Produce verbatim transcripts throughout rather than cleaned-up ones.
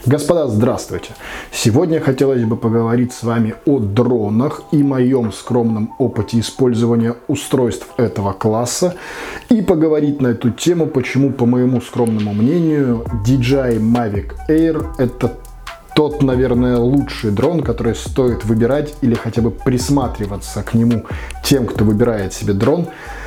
Господа, здравствуйте! Сегодня хотелось бы поговорить с вами о дронах и моем скромном опыте использования устройств этого класса и поговорить на эту тему, почему, по моему скромному мнению, ди джей ай Mavic Air это тот, наверное, лучший дрон, который стоит выбирать или хотя бы присматриваться к нему тем, кто выбирает себе дрон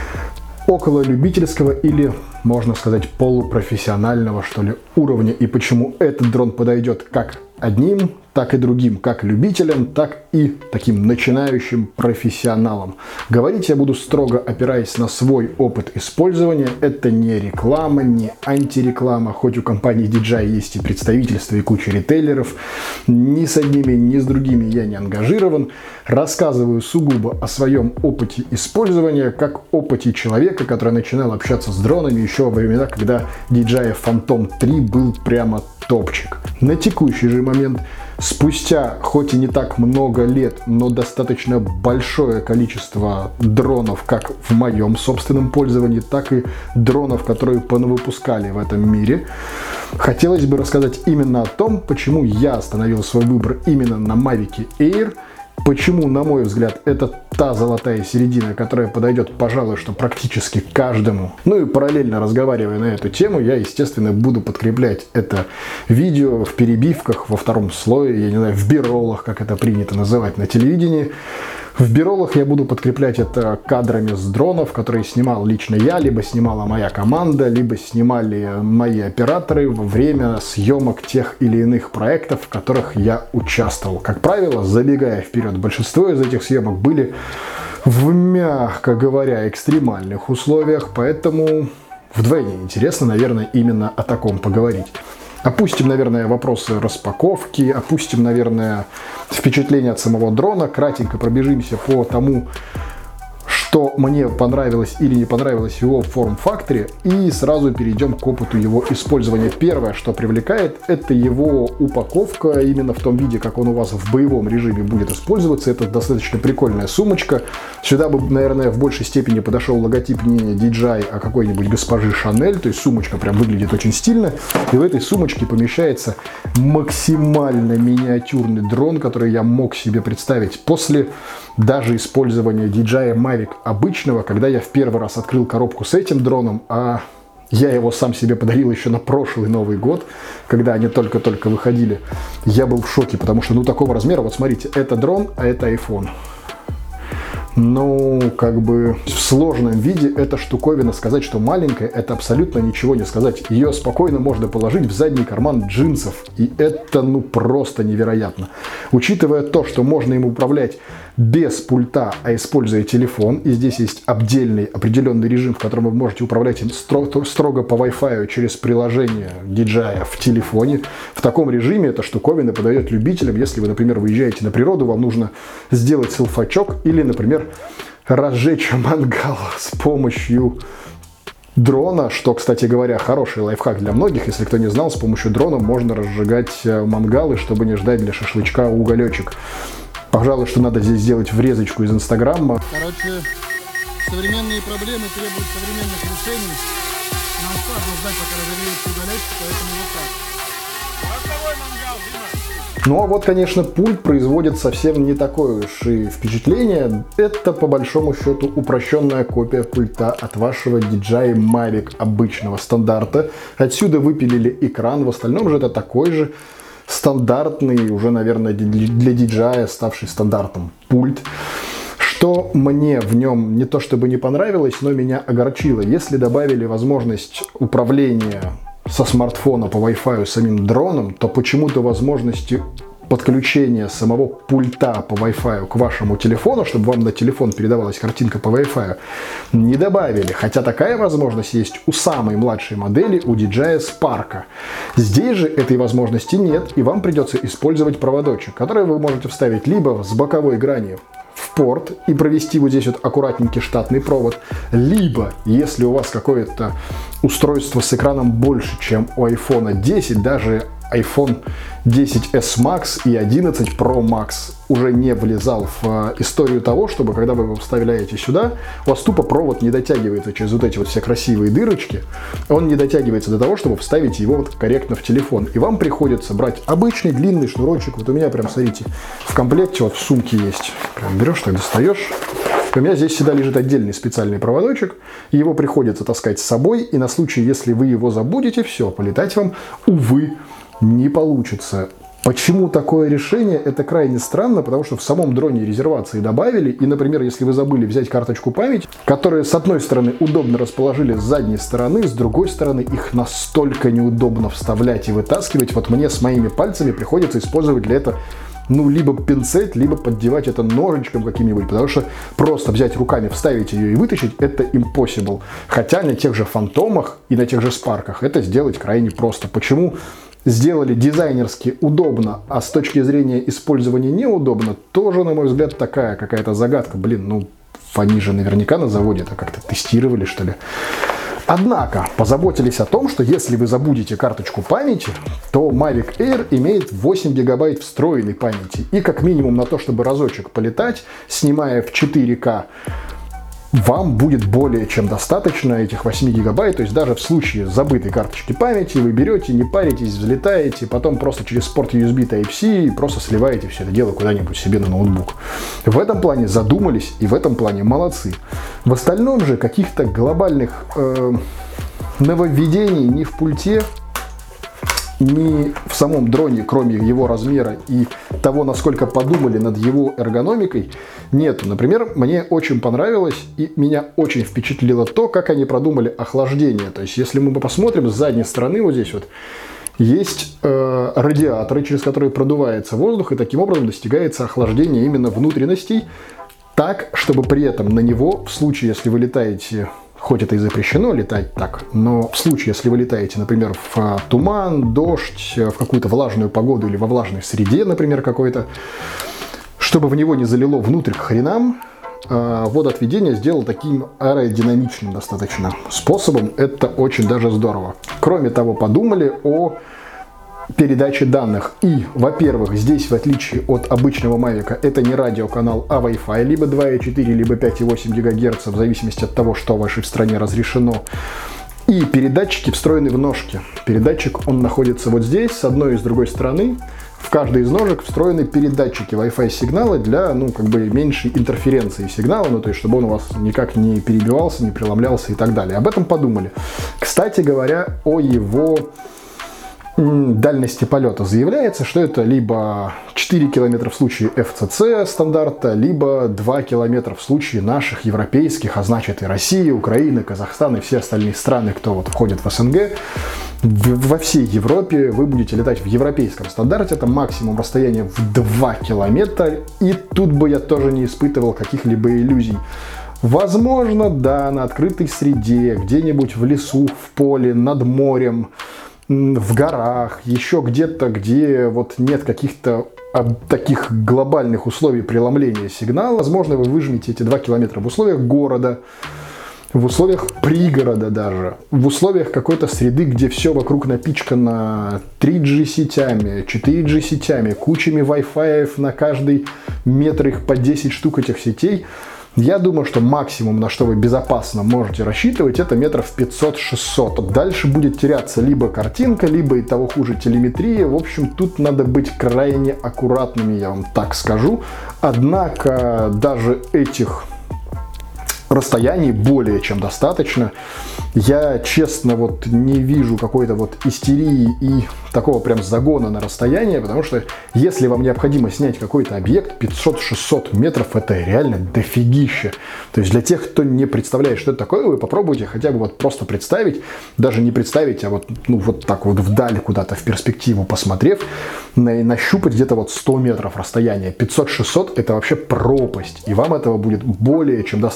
около любительского или, можно сказать, полупрофессионального, что ли, уровня, и почему этот дрон подойдет как одним, так и другим, как любителям, так и таким начинающим профессионалам. Говорить я буду строго опираясь на свой опыт использования. Это не реклама, не антиреклама, хоть у компании ди джей ай есть и представительство, и куча ритейлеров. Ни с одними, ни с другими я не ангажирован. Рассказываю сугубо о своем опыте использования, как опыте человека, который начинал общаться с дронами еще во времена, когда ди джей ай Phantom три был прямо топчик. На текущий же момент, спустя хоть и не так много лет, но достаточно большое количество дронов, как в моем собственном пользовании, так и дронов, которые понавыпускали в этом мире, хотелось бы рассказать именно о том, почему я остановил свой выбор именно на Mavic Air. Почему, на мой взгляд, это та золотая середина, которая подойдет, пожалуй, что практически каждому. Ну и параллельно разговаривая на эту тему, я, естественно, буду подкреплять это видео в перебивках, во втором слое, я не знаю, в биролах, как это принято называть на телевидении. В биролах я буду подкреплять это кадрами с дронов, которые снимал лично я, либо снимала моя команда, либо снимали мои операторы во время съемок тех или иных проектов, в которых я участвовал. Как правило, забегая вперед, большинство из этих съемок были в, мягко говоря, экстремальных условиях, поэтому вдвойне интересно, наверное, именно о таком поговорить. Опустим, наверное, вопросы распаковки, опустим, наверное, впечатление от самого дрона, кратенько пробежимся по тому, что мне понравилось или не понравилось в его форм-факторе, и сразу перейдем к опыту его использования. Первое, что привлекает, это его упаковка, именно в том виде, как он у вас в боевом режиме будет использоваться. Это достаточно прикольная сумочка. Сюда бы, наверное, в большей степени подошел логотип не ди джей ай, а какой-нибудь госпожи Шанель, то есть сумочка прям выглядит очень стильно, и в этой сумочке помещается максимально миниатюрный дрон, который я мог себе представить после даже использования ди джей ай Mavic обычного, когда я в первый раз открыл коробку с этим дроном, а я его сам себе подарил еще на прошлый Новый год, когда они только-только выходили. Я был в шоке, потому что, ну, такого размера, вот смотрите, это дрон, а это iPhone. Ну, как бы в сложном виде эта штуковина, сказать, что маленькая, это абсолютно ничего не сказать. Ее спокойно можно положить в задний карман джинсов, и это, ну, просто невероятно. Учитывая то, что можно им управлять без пульта, а используя телефон, и здесь есть отдельный определенный режим, в котором вы можете управлять им строго, строго по Wi-Fi через приложение ди джей ай в телефоне. В таком режиме эта штуковина подойдет любителям, если вы, например, выезжаете на природу, вам нужно сделать селфачок или, например, разжечь мангал с помощью дрона, что, кстати говоря, хороший лайфхак для многих. Если кто не знал, с помощью дрона можно разжигать мангалы, чтобы не ждать для шашлычка уголечек. Пожалуй, что надо здесь сделать врезочку из Инстаграма. Короче, современные проблемы требуют современных решений. Нам сложно ждать, пока разогреется уголечек, поэтому вот так. Голосовой мангал, Дима. Ну а вот, конечно, пульт производит совсем не такое уж и впечатление. Это, по большому счету, упрощенная копия пульта от вашего ди джей ай Mavic обычного стандарта. Отсюда выпилили экран, в остальном же это такой же стандартный, уже, наверное, для ди джей ай ставший стандартом пульт. Что мне в нем не то чтобы не понравилось, но меня огорчило. Если добавили возможность управления со смартфона по Wi-Fi самим дроном, то почему-то возможности подключения самого пульта по Wi-Fi к вашему телефону, чтобы вам на телефон передавалась картинка по Wi-Fi, не добавили. Хотя такая возможность есть у самой младшей модели, у ди джей ай Spark. Здесь же этой возможности нет, и вам придется использовать проводочек, который вы можете вставить либо с боковой грани в порт и провести вот здесь вот аккуратненький штатный провод, либо, если у вас какое-то устройство с экраном больше, чем у айфон десять, даже айфон десять эс Max и одиннадцать Pro Max уже не влезал в историю того, чтобы, когда вы его вставляете сюда, у вас тупо провод не дотягивается через вот эти вот все красивые дырочки, он не дотягивается до того, чтобы вставить его вот корректно в телефон. И вам приходится брать обычный длинный шнурочек. Вот у меня прям, смотрите, в комплекте вот в сумке есть. Прям берешь, так достаешь. У меня здесь всегда лежит отдельный специальный проводочек, его приходится таскать с собой, и на случай, если вы его забудете, все, полетать вам, увы, не получится. Почему такое решение? Это крайне странно, потому что в самом дроне резервации добавили, и, например, если вы забыли взять карточку памяти, которую с одной стороны удобно расположили с задней стороны, с другой стороны их настолько неудобно вставлять и вытаскивать, вот мне с моими пальцами приходится использовать для этого ну, либо пинцет, либо поддевать это ножичком каким-нибудь, потому что просто взять руками, вставить ее и вытащить, это impossible. Хотя на тех же фантомах и на тех же спарках это сделать крайне просто. Почему сделали дизайнерски удобно, а с точки зрения использования неудобно, тоже, на мой взгляд, такая какая-то загадка. Блин, ну, они же наверняка на заводе это как-то тестировали, что ли. Однако позаботились о том, что если вы забудете карточку памяти, то Mavic Air имеет восемь гигабайт встроенной памяти. И как минимум на то, чтобы разочек полетать, снимая в четыре ка, вам будет более чем достаточно этих восемь гигабайт. То есть даже в случае забытой карточки памяти вы берете, не паритесь, взлетаете, потом просто через порт ю эс би Type-C просто сливаете все это дело куда-нибудь себе на ноутбук. В этом плане задумались и в этом плане молодцы. В остальном же каких-то глобальных э, нововведений ни в пульте, ни в самом дроне, кроме его размера и того, насколько подумали над его эргономикой, нету. Например, мне очень понравилось и меня очень впечатлило то, как они продумали охлаждение. То есть, если мы посмотрим с задней стороны, вот здесь вот есть э, радиаторы, через которые продувается воздух, и таким образом достигается охлаждение именно внутренностей, так, чтобы при этом на него, в случае, если вы летаете, хоть это и запрещено летать так, но в случае, если вы летаете, например, в туман, дождь, в какую-то влажную погоду или во влажной среде, например, какой-то, чтобы в него не залило внутрь к хренам, водоотведение сделал таким аэродинамичным достаточно способом. Это очень даже здорово. Кроме того, подумали о передачи данных. И, во-первых, здесь, в отличие от обычного Mavic, это не радиоканал, а Wi-Fi, либо два и четыре, либо пять и восемь гигагерца, в зависимости от того, что в вашей стране разрешено. И передатчики встроены в ножки. Передатчик, он находится вот здесь, с одной и с другой стороны. В каждой из ножек встроены передатчики Wi-Fi сигнала для, ну, как бы меньшей интерференции сигнала, ну, то есть, чтобы он у вас никак не перебивался, не преломлялся и так далее. Об этом подумали. Кстати говоря, о его дальности полета заявляется, что это либо четыре километра в случае эф си си стандарта, либо два километра в случае наших европейских, а значит и России, Украины, Казахстана и все остальные страны, кто вот входит в эс эн гэ. Во всей Европе вы будете летать в европейском стандарте, это максимум расстояния в два километра, и тут бы я тоже не испытывал каких-либо иллюзий. Возможно, да, на открытой среде, где-нибудь в лесу, в поле, над морем, в горах, еще где-то, где вот нет каких-то таких глобальных условий преломления сигнала. Возможно, вы выжмете эти два километра в условиях города, в условиях пригорода даже, в условиях какой-то среды, где все вокруг напичкано три джи сетями, четыре джи сетями, кучами Wi-Fi на каждый метр, их по десять штук этих сетей. Я думаю, что максимум, на что вы безопасно можете рассчитывать, это метров пятьсот-шестьсот. Дальше будет теряться либо картинка, либо и того хуже телеметрия. В общем, тут надо быть крайне аккуратными, я вам так скажу. Однако даже этих расстояний более чем достаточно. Я, честно, вот не вижу какой-то вот истерии и такого прям загона на расстояние, потому что если вам необходимо снять какой-то объект, пятьсот-шестьсот метров это реально дофигища. То есть для тех, кто не представляет, что это такое, вы попробуйте хотя бы вот просто представить, даже не представить, а вот, ну, вот так вот вдаль куда-то в перспективу посмотрев, на, нащупать где-то вот сто метров расстояния. пятьсот-шестьсот это вообще пропасть, и вам этого будет более чем достаточно.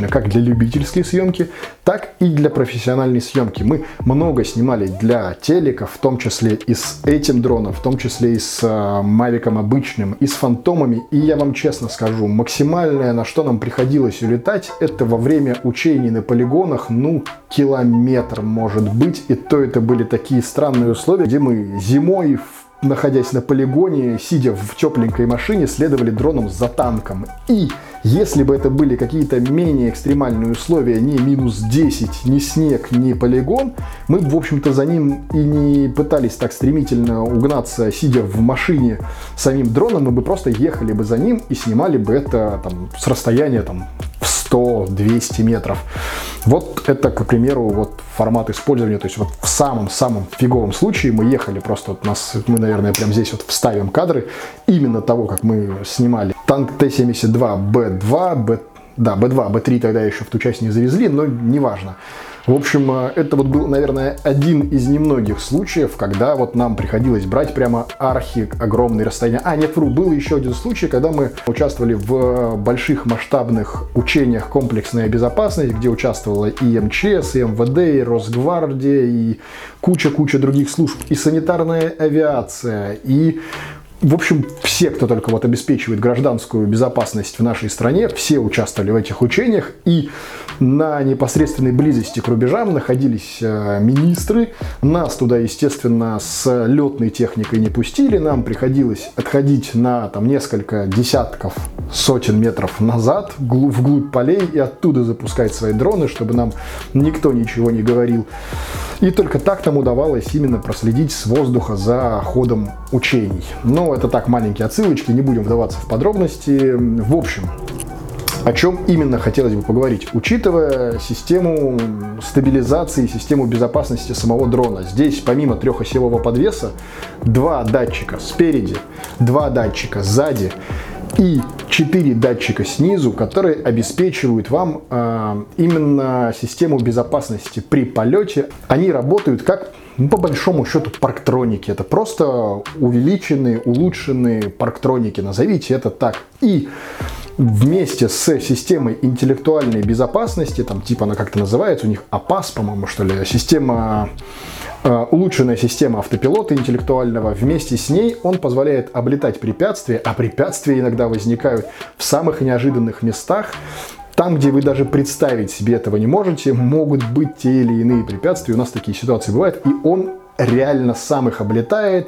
как для любительской съемки, так и для профессиональной съемки. Мы много снимали для телеков, в том числе и с этим дроном, в том числе и с Мавиком обычным, и с Фантомами. И я вам честно скажу, максимальное, на что нам приходилось улетать, это во время учений на полигонах, ну, километр может быть. И то это были такие странные условия, где мы зимой, находясь на полигоне, сидя в тепленькой машине, следовали дроном за танком. И если бы это были какие-то менее экстремальные условия, не минус десять, не снег, не полигон, мы бы, в общем-то, за ним и не пытались так стремительно угнаться, сидя в машине самим дроном, мы бы просто ехали бы за ним и снимали бы это там, с расстояния там, в сто-двести метров. Вот это, к примеру, вот формат использования. То есть вот в самом-самом фиговом случае мы ехали просто, вот нас, мы, наверное, прямо здесь вот вставим кадры именно того, как мы снимали. Танк Т семьдесят два Б два, Б, да, Б два, Б три тогда еще в ту часть не завезли, но неважно. В общем, это вот был, наверное, один из немногих случаев, когда вот нам приходилось брать прямо архи огромные расстояния. А, нет, вру, был еще один случай, когда мы участвовали в больших масштабных учениях «Комплексная безопасность», где участвовала и эм че эс, и эм вэ дэ, и Росгвардия, и куча-куча других служб, и санитарная авиация, и... В общем, все, кто только вот обеспечивает гражданскую безопасность в нашей стране, все участвовали в этих учениях, и на непосредственной близости к рубежам находились э, министры. Нас туда, естественно, с летной техникой не пустили, нам приходилось отходить на там, несколько десятков, сотен метров назад, вглубь полей, и оттуда запускать свои дроны, чтобы нам никто ничего не говорил. И только так нам удавалось именно проследить с воздуха за ходом учений. Но это так, маленькие отсылочки, не будем вдаваться в подробности. В общем, о чем именно хотелось бы поговорить, учитывая систему стабилизации, систему безопасности самого дрона. Здесь помимо трехосевого подвеса, два датчика спереди, два датчика сзади и четыре датчика снизу, которые обеспечивают вам э, именно систему безопасности при полете. Они работают как, ну, по большому счету, парктроники. Это просто увеличенные, улучшенные парктроники, назовите это так. И вместе с системой интеллектуальной безопасности, там типа она как-то называется, у них эй пи эй эс, по-моему, что ли, система... улучшенная система автопилота интеллектуального, вместе с ней он позволяет облетать препятствия, а препятствия иногда возникают в самых неожиданных местах. Там, где вы даже представить себе этого не можете, могут быть те или иные препятствия. У нас такие ситуации бывают, и он реально сам их облетает.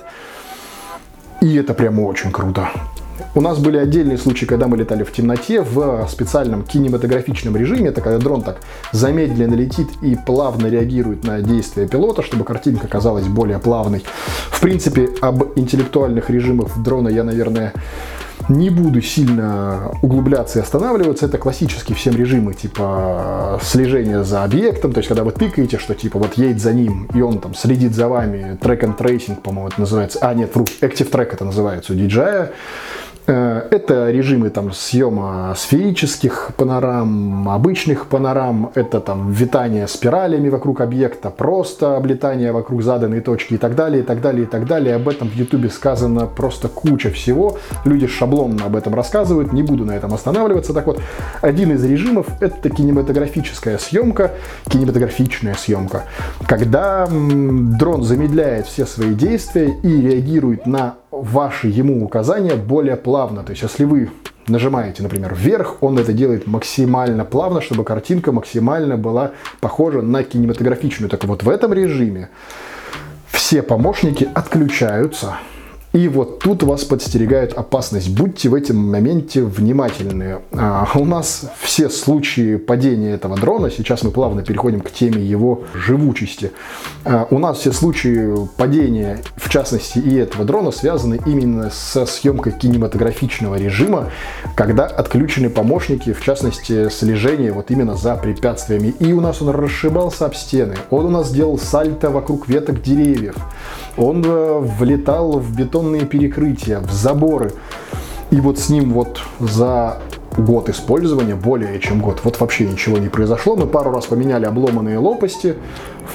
И это прямо очень круто. У нас были отдельные случаи, когда мы летали в темноте в специальном кинематографичном режиме. Это когда дрон так замедленно летит и плавно реагирует на действия пилота, чтобы картинка казалась более плавной. В принципе, об интеллектуальных режимах дрона я, наверное, не буду сильно углубляться и останавливаться. Это классические всем режимы, типа слежения за объектом. То есть, когда вы тыкаете, что типа вот едет за ним, и он там следит за вами. Track and Tracing, по-моему, это называется. А, нет, вру, Active Track это называется у ди джей ай. Это режимы там съема сферических панорам, обычных панорам, это там витание спиралями вокруг объекта, просто облетание вокруг заданной точки и так далее, и так далее, и так далее. Об этом в ютубе сказано просто куча всего. Люди шаблонно об этом рассказывают, не буду на этом останавливаться. Так вот, один из режимов — это кинематографическая съемка, кинематографичная съемка, когда м, дрон замедляет все свои действия и реагирует на ваши ему указания более плавно. То есть, если вы нажимаете, например, вверх, он это делает максимально плавно, чтобы картинка максимально была похожа на кинематографичную. Так вот, в этом режиме все помощники отключаются. И вот тут вас подстерегает опасность. Будьте в этом моменте внимательны. А, у нас все случаи падения этого дрона, сейчас мы плавно переходим к теме его живучести. А, у нас все случаи падения, в частности и этого дрона, связаны именно со съемкой кинематографичного режима, когда отключены помощники, в частности слежение вот именно за препятствиями. И у нас он расшибался об стены, он у нас делал сальто вокруг веток деревьев, он э, влетал в бетон перекрытия, в заборы. И вот с ним вот за год использования, более чем год, вот вообще ничего не произошло. Мы пару раз поменяли обломанные лопасти. В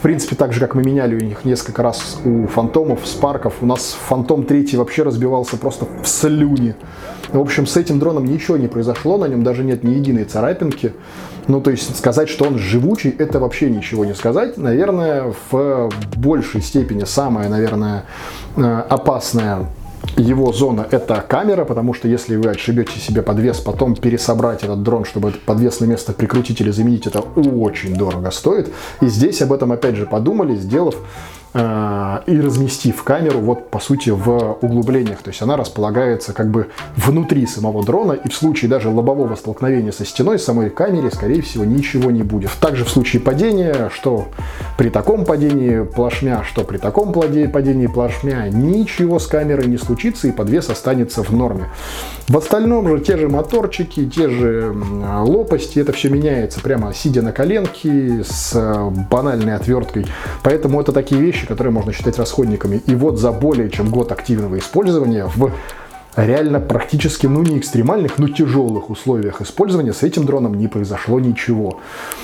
принципе, так же, как мы меняли у них несколько раз у фантомов, спарков, у нас фантом третий вообще разбивался просто в слюни. В общем, с этим дроном ничего не произошло, на нем даже нет ни единой царапинки. Ну, то есть сказать, что он живучий, это вообще ничего не сказать. Наверное, в большей степени самое, наверное, опасное его зона — это камера, потому что если вы отшибете себе подвес, потом пересобрать этот дрон, чтобы этот подвес на место прикрутить или заменить, это очень дорого стоит. И здесь об этом опять же подумали, сделав э, и разместив камеру вот по сути в углублениях. То есть она располагается как бы внутри самого дрона, и в случае даже лобового столкновения со стеной самой камере, скорее всего, ничего не будет. Также в случае падения, что при таком падении плашмя, что при таком падении плашмя, ничего с камерой не случится, и подвес останется в норме. В остальном же те же моторчики, те же лопасти, это все меняется прямо сидя на коленке с банальной отверткой. Поэтому это такие вещи, которые можно считать расходниками. И вот за более чем год активного использования в реально практически, ну не экстремальных, но тяжелых условиях использования с этим дроном не произошло ничего.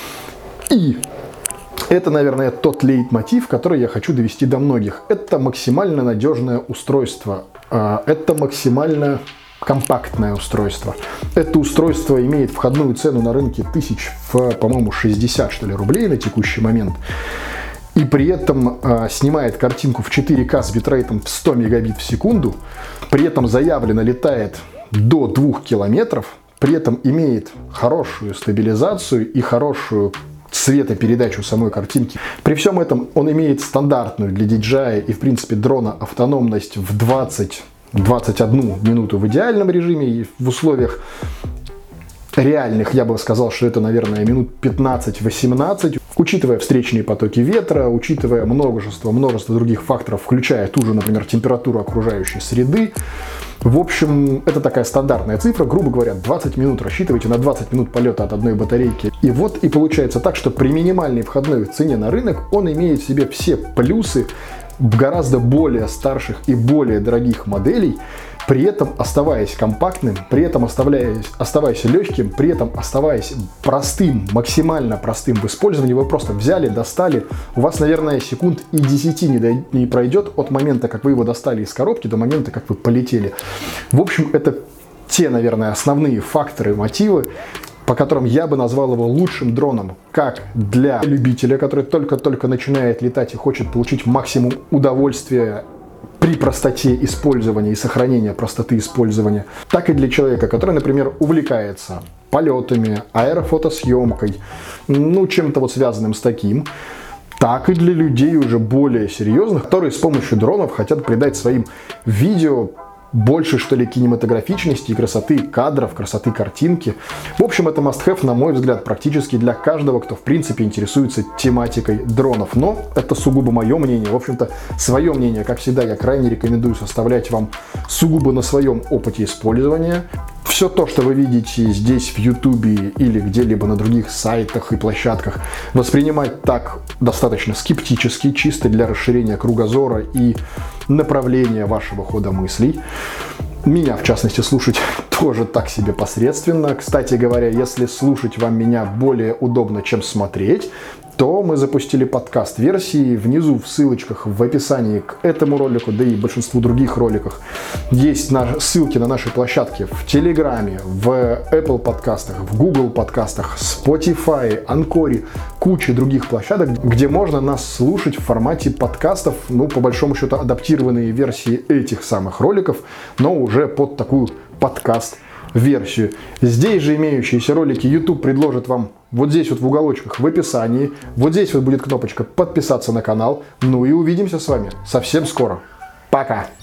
И это, наверное, тот лейтмотив, который я хочу довести до многих. Это максимально надежное устройство. Это максимально компактное устройство. Это устройство имеет входную цену на рынке тысяч в, по-моему, шестьдесят, что ли, рублей на текущий момент. И при этом э, снимает картинку в четыре ка с битрейтом в сто мегабит в секунду. При этом заявлено летает до двух километров. При этом имеет хорошую стабилизацию и хорошую цветопередачу самой картинки. При всем этом он имеет стандартную для ди джей ай и, в принципе, дрона автономность в двадцать двадцать одну минуту в идеальном режиме, и в условиях реальных я бы сказал, что это, наверное, минут пятнадцать-восемнадцать, учитывая встречные потоки ветра, учитывая множество, множество других факторов, включая ту же, например, температуру окружающей среды. В общем, это такая стандартная цифра, грубо говоря, двадцать минут, рассчитывайте на двадцать минут полета от одной батарейки. И вот и получается так, что при минимальной входной цене на рынок он имеет в себе все плюсы гораздо более старших и более дорогих моделей, при этом оставаясь компактным, при этом оставаясь, оставаясь легким, при этом оставаясь простым, максимально простым в использовании. Вы просто взяли, достали, у вас, наверное, секунд и десяти не, дой- не пройдет от момента, как вы его достали из коробки, до момента, как вы полетели. В общем, это те, наверное, основные факторы, мотивы, по которым я бы назвал его лучшим дроном, как для любителя, который только-только начинает летать и хочет получить максимум удовольствия при простоте использования и сохранения простоты использования, так и для человека, который, например, увлекается полетами, аэрофотосъемкой, ну, чем-то вот связанным с таким, так и для людей уже более серьезных, которые с помощью дронов хотят придать своим видео больше, что ли, кинематографичности и красоты кадров, красоты картинки. В общем, это must-have, на мой взгляд, практически для каждого, кто, в принципе, интересуется тематикой дронов. Но это сугубо мое мнение. В общем-то, свое мнение, как всегда, я крайне рекомендую составлять вам сугубо на своем опыте использования. Все то, что вы видите здесь в Ютубе или где-либо на других сайтах и площадках, воспринимать так достаточно скептически, чисто для расширения кругозора и направления вашего хода мыслей. Меня, в частности, слушать тоже так себе посредственно. Кстати говоря, если слушать вам меня более удобно, чем смотреть, то мы запустили подкаст-версии. Внизу в ссылочках в описании к этому ролику, да и большинству других роликов, есть наши ссылки на наши площадки в Телеграме, в Apple подкастах, в Google подкастах, Spotify, Анкоре, куча других площадок, где можно нас слушать в формате подкастов, ну, по большому счету, адаптированные версии этих самых роликов, но уже под такую подкаст-версию. Здесь же имеющиеся ролики YouTube предложит вам вот здесь вот в уголочках в описании. Вот здесь вот будет кнопочка подписаться на канал. Ну и увидимся с вами совсем скоро. Пока!